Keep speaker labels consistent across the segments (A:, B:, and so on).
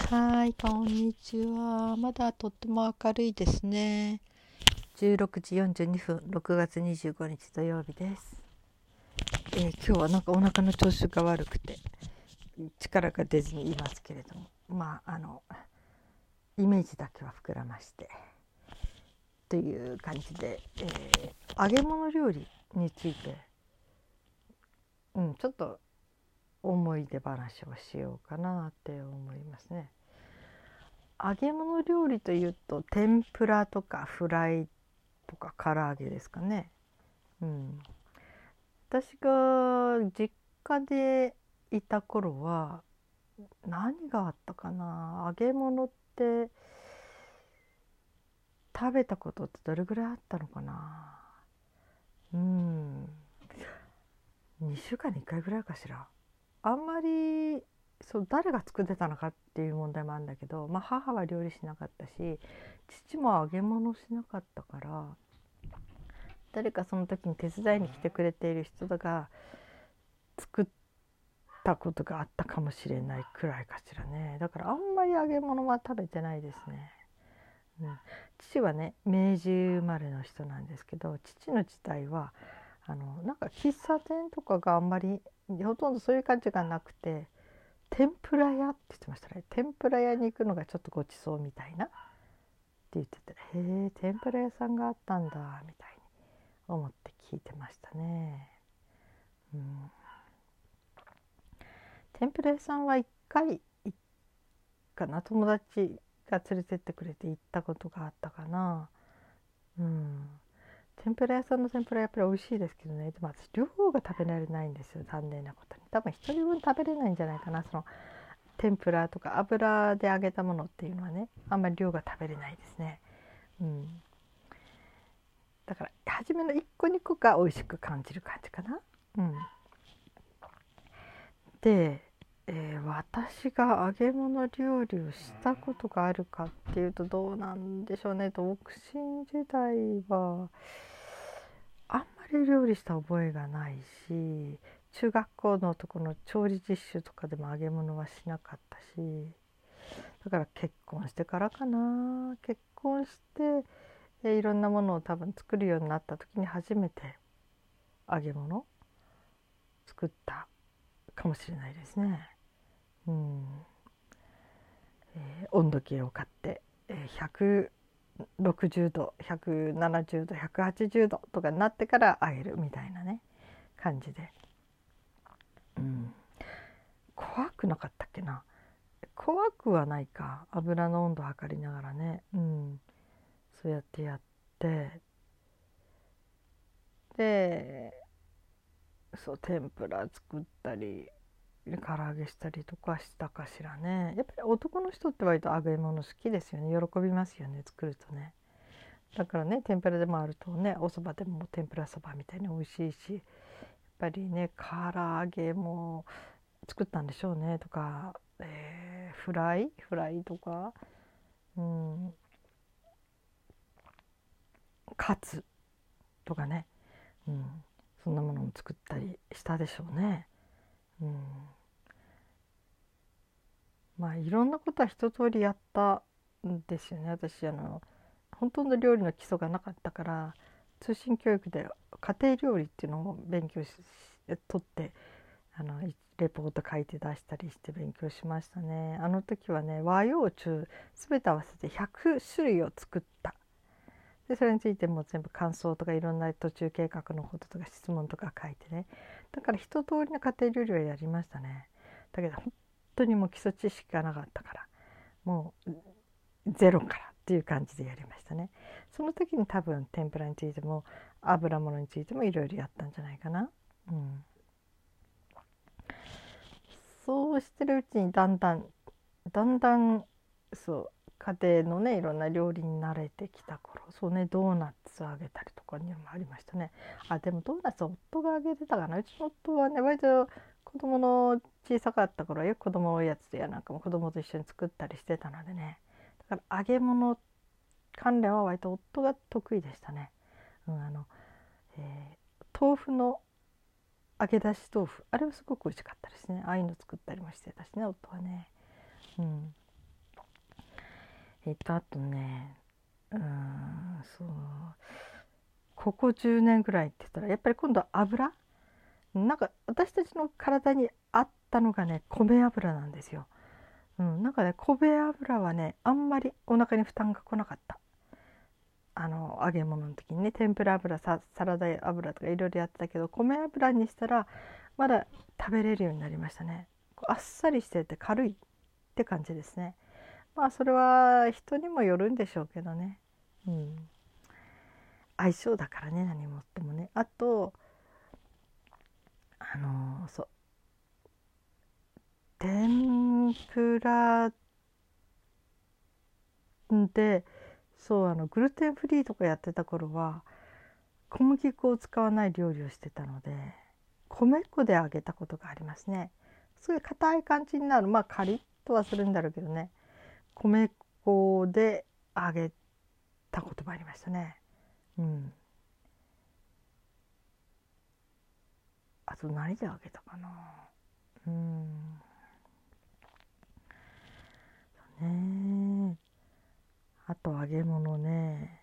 A: はい、こんにちは。まだとっても明るいですね。16時42分、6月25日土曜日です。今日はなんかお腹の調子が悪くて力が出ずにいますけれども、イメージだけは膨らましてという感じで、揚げ物料理について、ちょっと思い出話をしようかなって思いますね。揚げ物料理というと天ぷらとかフライとか唐揚げですかね。私が実家でいた頃は何があったかな。揚げ物って食べたことってどれぐらいあったのかな。2週間に1回ぐらいかしら。あんまり誰が作ってたのかっていう問題もあるんだけど、母は料理しなかったし父も揚げ物しなかったから、誰かその時に手伝いに来てくれている人が作ったことがあったかもしれないくらいかしらね。だからあんまり揚げ物は食べてないですね。父はね明治生まれの人なんですけど、父の時代はなんか喫茶店とかがあんまりほとんどそういう感じがなくて、天ぷら屋って言ってましたね。天ぷら屋に行くのがちょっとごちそうみたいなって言ってて、へえ天ぷら屋さんがあったんだみたいに思って聞いてましたね。天ぷら屋さんは1回かな、友達が連れてってくれて行ったことがあったかな。天ぷら屋さんの天ぷらやっぱり美味しいですけどね。でも私量が食べられないんですよ、残念なことに。多分一人分食べれないんじゃないかな。その天ぷらとか油で揚げたものっていうのはね、あんまり量が食べれないですね。だから初めの1個2個が美味しく感じる感じかな。で、私が揚げ物料理をしたことがあるかっていうとどうなんでしょうね。独身時代はあんまり料理した覚えがないし、中学校のとこの調理実習とかでも揚げ物はしなかったし、だから結婚してからかな。結婚していろんなものを多分作るようになった時に初めて揚げ物作ったかもしれないですね。温度計を買って、160度170度180度とかになってから揚げるみたいなね感じで、怖くなかったっけな。怖くはないか、油の温度を測りながらね、そうやってやって、で天ぷら作ったり唐揚げしたりとかしたかしらね。やっぱり男の人って割と揚げ物好きですよね。喜びますよね、作るとね。だからね、天ぷらでもあるとね、お蕎麦でも天ぷらそばみたいに美味しいし、やっぱりね唐揚げも作ったんでしょうねとか、フライとか、カツとかね、そんなものも作ったりしたでしょうね。いろんなことは一通りやったんですよね。私ほとんど料理の基礎がなかったから、通信教育で家庭料理っていうのを勉強取って、レポート書いて出したりして勉強しましたね。あの時はね、和洋中全て合わせて100種類を作った。でそれについても全部感想とかいろんな途中計画のこととか質問とか書いてね。だから一通りの家庭料理はやりましたね。だけど本当にもう基礎知識がなかったから、もうゼロからっていう感じでやりましたね。その時に多分天ぷらについても油物についてもいろいろやったんじゃないかな。そうしてるうちにだんだん家庭のねいろんな料理に慣れてきた頃、ドーナツあげたりとかにもありましたね。でもドーナツ夫があげてたかな。うちの夫はね割と子供の小さかった頃はよく子供おやつやなんかも子供と一緒に作ったりしてたのでね、だから揚げ物関連は割と夫が得意でしたね。豆腐の揚げ出し豆腐、あれはすごく美味しかったですね。ああいうの作ったりもしてたしね、夫はね。 あとね、そう、ここ10年ぐらいって言ったらやっぱり今度は油、なんか私たちの体に合ったのがね米油なんですよ。なんかね米油はねあんまりお腹に負担が来なかった。揚げ物の時にね天ぷら油、サラダ油とかいろいろやってたけど、米油にしたらまだ食べれるようになりましたね。あっさりしてて軽いって感じですね。まあそれは人にもよるんでしょうけどね。相性だからね、何もってもね。あとそう、天ぷらで、そう、グルテンフリーとかやってた頃は小麦粉を使わない料理をしてたので、米粉で揚げたことがありますね。すごい硬い感じになる、まあカリッとはするんだろうけどね、米粉で揚げたこともありましたね。あと何で揚げたかな。ね、あと揚げ物ね。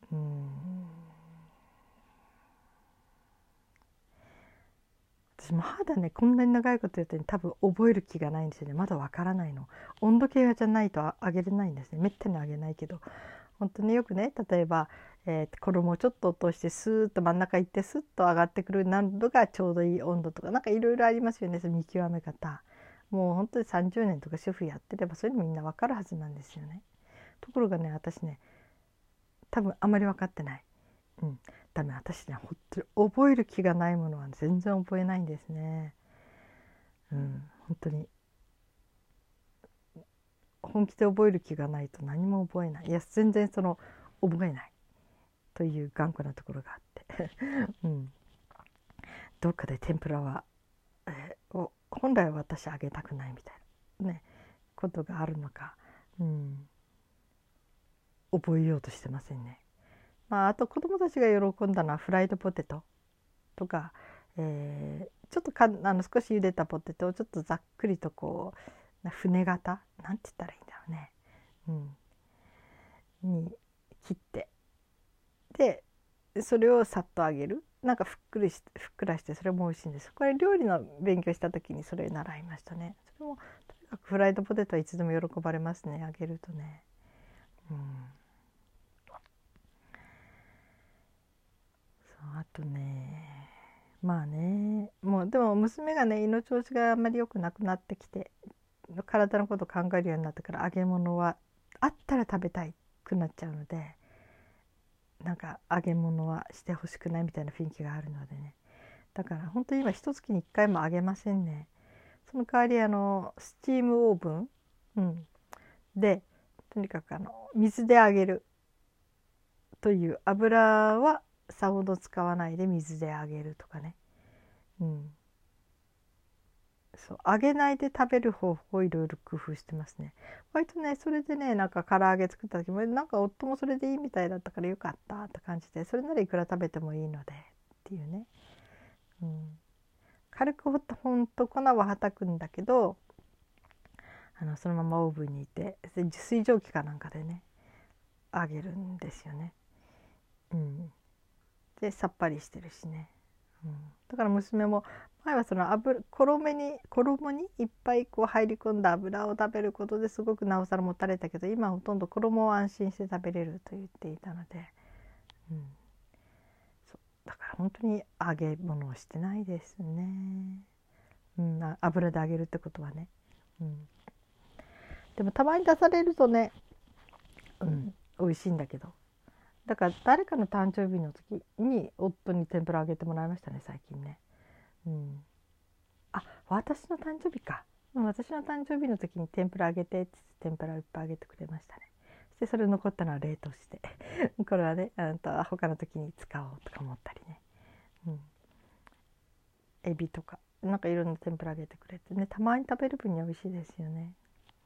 A: 私まだねこんなに長いこと言って多分覚える気がないんですよね。まだわからないの。温度計じゃないと揚げれないんですね。めったに揚げないけど、本当によくね、例えば、衣をちょっと落としてスーッと真ん中行ってスッと上がってくる何度がちょうどいい温度とか、なんかいろいろありますよね、その見極め方。もう本当に30年とか主婦やってればそれみんなわかるはずなんですよね。ところがね、私ね多分あまり分かってない。ダメ、私ね本当に覚える気がないものは全然覚えないんですね。本当に本気で覚える気がないと何も覚えない。いや全然覚えないという頑固なところがあってどっかで天ぷらは、本来は私あげたくないみたいなねことがあるのか、覚えようとしてませんね。まあ、あと子供たちが喜んだのはフライドポテトとか、ちょっと少し茹でたポテトをちょっとざっくりと船型なんて言ったらいいんだろうね、に切って、でそれをさっと揚げる、なんかふっくらしてそれも美味しいんです。これ料理の勉強した時にそれ習いましたね。それもとにかくフライドポテトはいつでも喜ばれますね、揚げるとね。そう、あとね、まあね、もうでも娘がね胃の調子があんまり良くなくなってきて、体のことを考えるようになってから揚げ物はあったら食べたいくなっちゃうので、なんか揚げ物はしてほしくないみたいな雰囲気があるのでね、だから本当に今一月に1回も揚げませんね。その代わりスチームオーブン、でとにかく水で揚げるという、油はさほど使わないで水で揚げるとかね、そう揚げないで食べる方法をいろいろ工夫してますね。割とねそれでね、なんか唐揚げ作った時もなんか夫もそれでいいみたいだったからよかったって感じで、それならいくら食べてもいいのでっていうね、軽くほんと粉ははたくんだけど、そのままオーブンにいて水蒸気かなんかでね揚げるんですよね。でさっぱりしてるしね、だから娘も前は衣にいっぱい入り込んだ油を食べることですごくなおさらもたれたけど、今はほとんど衣を安心して食べれると言っていたので、そうだから本当に揚げ物をしてないですね。油で揚げるってことはね、でもたまに出されるとね、美味しいんだけど、だから誰かの誕生日の時に夫に天ぷらあげてもらいましたね最近ね。私の誕生日か、私の誕生日の時に天ぷらあげてって天ぷらをいっぱいあげてくれましたね。そしてそれ残ったのは冷凍してこれはね他の時に使おうとか思ったりね、エビとかなんかいろんな天ぷらあげてくれてね、たまに食べる分には美味しいですよね。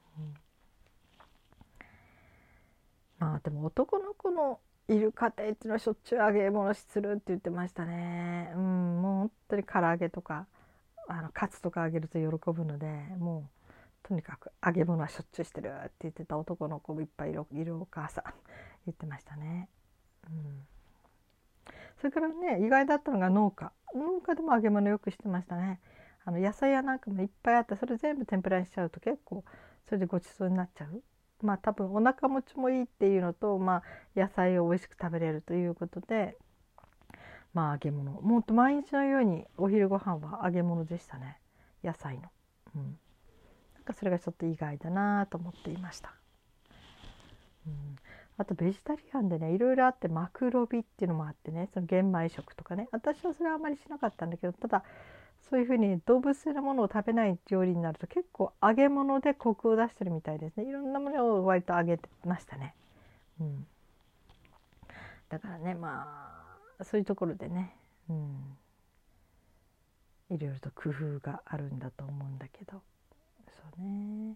A: まあでも男の子のいる家庭っていうのはしょっちゅう揚げ物するって言ってましたね。もう本当に唐揚げとかカツとか揚げると喜ぶので、もうとにかく揚げ物はしょっちゅうしてるって言ってた男の子もいっぱいいるお母さん言ってましたね。それからね、意外だったのが農家でも揚げ物よくしてましたね。野菜やなんかもいっぱいあって、それ全部天ぷらにしちゃうと結構それでごちそうになっちゃう。多分お腹持ちもいいっていうのと、野菜を美味しく食べれるということで、揚げ物もっと毎日のようにお昼ご飯は揚げ物でしたね、野菜の。なんかそれがちょっと意外だなと思っていました。あとベジタリアンでね、いろいろあって、マクロビっていうのもあってね、その玄米食とかね、私はそれはあまりしなかったんだけど、ただそういうふうに動物性のものを食べない料理になると結構揚げ物でコクを出してるみたいですね。いろんなものを割と揚げてましたね。だからね、そういうところでね、いろいろと工夫があるんだと思うんだけど、そうね、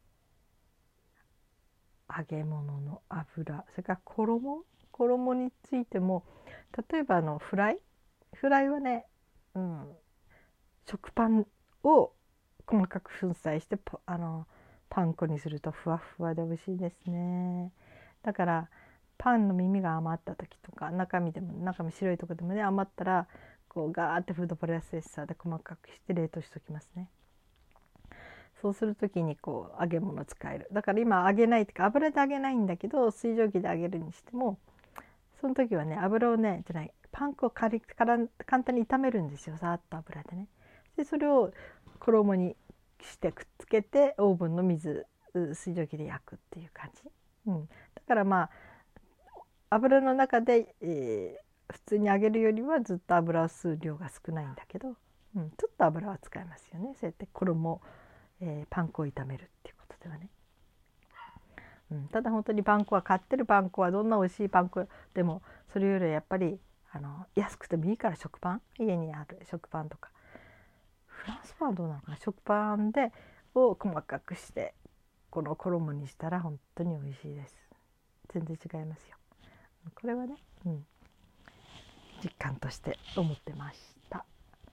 A: 揚げ物の油、それから衣についても、例えばフライはね、食パンを細かく粉砕してパン粉にするとふわふわで美味しいですね。だからパンの耳が余った時とか、中身白いところでもね余ったら、こうガーってフードプロセッサーで細かくして冷凍しておきますね。そうする時にこう揚げ物使える。だから今揚げないっていうか、油で揚げないんだけど、水蒸気で揚げるにしても、その時はね、油をねパン粉を簡単に炒めるんですよ、さーっと油でね。でそれを衣にしてくっつけて、オーブンの水蒸気で焼くっていう感じ。だから油の中で、普通に揚げるよりはずっと油を吸う量が少ないんだけど、ちょっと油は使いますよね、そうやってパン粉を炒めるっていうことではね。ただ本当に買ってるパン粉はどんな美味しいパン粉でも、それよりはやっぱり安くてもいいから、家にある食パンとか、フランスパンはどうなのかな、食パンを細かくしてこの衣にしたら本当に美味しいです。全然違いますよ。これはね、実感として思ってました。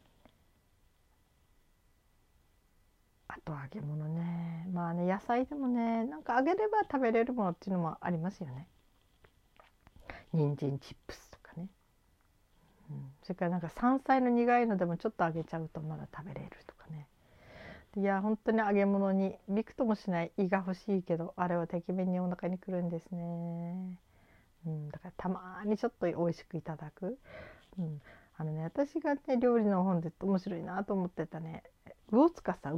A: あと揚げ物ね、野菜でもね、なんか揚げれば食べれるものっていうのもありますよね。人参チップスとかね、それからなんか山菜の苦いのでもちょっと揚げちゃうとまだ食べれるとかね。いや本当に揚げ物にびくともしない胃が欲しいけど、あれはてきめんにお腹にくるんですね。だからたまにちょっと美味しくいただく。私がね料理の本で面白いなと思ってたね、魚塚仁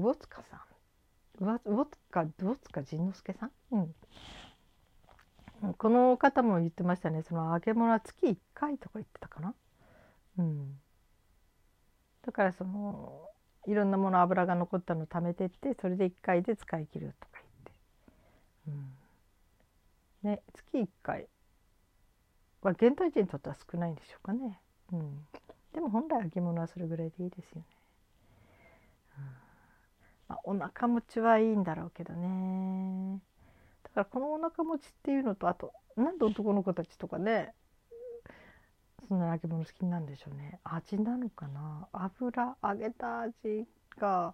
A: 之助さん、この方も言ってましたね。その揚げ物は月1回とか言ってたかな。だからいろんなもの、油が残ったのを貯めてって、それで1回で使い切るとか言って、月1回は現代人にとっては少ないんでしょうかね。でも本来揚げ物はそれぐらいでいいですよね。お腹持ちはいいんだろうけどね。だからこのお腹持ちっていうのと、あとなんで男の子たちとかねそんな揚げ物好きなんでしょうね。味なのかな、揚げた味が、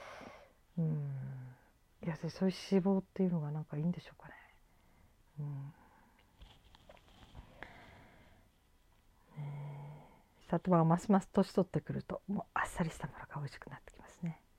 A: いやそういう脂肪っていうのがなんかいいんでしょうかね。あとはますます年取ってくると、もうあっさりしたものが美味しくなってきますね。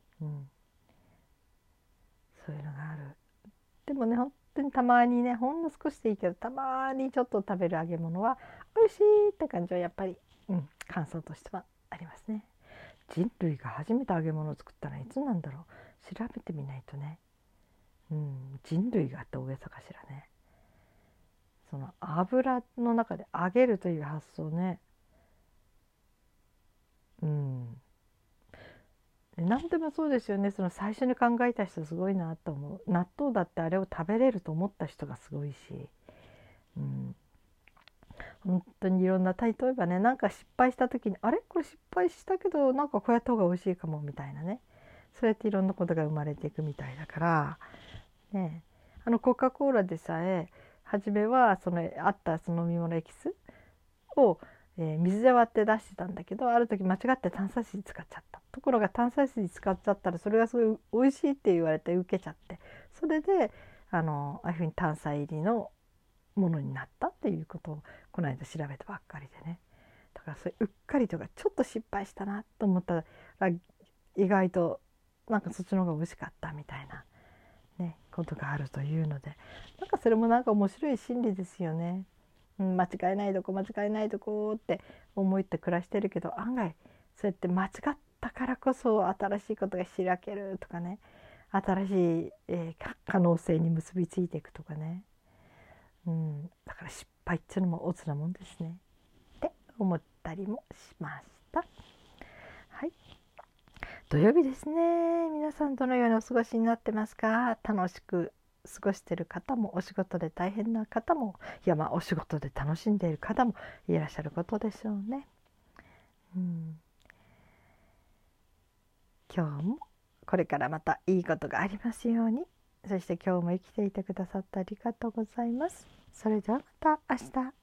A: そういうのがある。でもね、本当にたまにね、ほんの少しでいいけど、たまにちょっと食べる揚げ物は美味しいって感じはやっぱり、感想としてはありますね。人類が初めて揚げ物を作ったのはいつなんだろう、調べてみないとね。人類がって大げさかしらね。その油の中で揚げるという発想ね。何でもそうですよね。その最初に考えた人すごいなと思う。納豆だってあれを食べれると思った人がすごいし、本当にいろんな、例えばね、なんか失敗した時に、あれこれ失敗したけどなんかこうやった方が美味しいかもみたいなね、そうやっていろんなことが生まれていくみたいだからね。コカ・コーラでさえ初めはあったその飲み物エキスを、 水で割って出してたんだけど、ある時間違って炭酸水使っちゃった。ところが炭酸水使っちゃったらそれがすごい美味しいって言われて受けちゃって、それでああいうふうに炭酸入りのものになったっていうことをこの間調べたばっかりでね。だからそれうっかりとかちょっと失敗したなと思ったら意外となんかそっちの方が美味しかったみたいなねことがあるというので、なんかそれもなんか面白い心理ですよね。間違えないとこ間違えないとこって思って暮らしてるけど、案外そうやって間違ったからこそ新しいことが開けるとかね、新しい、可能性に結びついていくとかね、だから失敗っていうのもオツなもんですねって思ったりもしました。はい、土曜日ですね。皆さんどのようにお過ごしになってますか？楽しく過ごしている方も、お仕事で大変な方も、いやお仕事で楽しんでいる方もいらっしゃることでしょうね。今日もこれからまたいいことがありますように。そして今日も生きていてくださってありがとうございます。それではまた明日。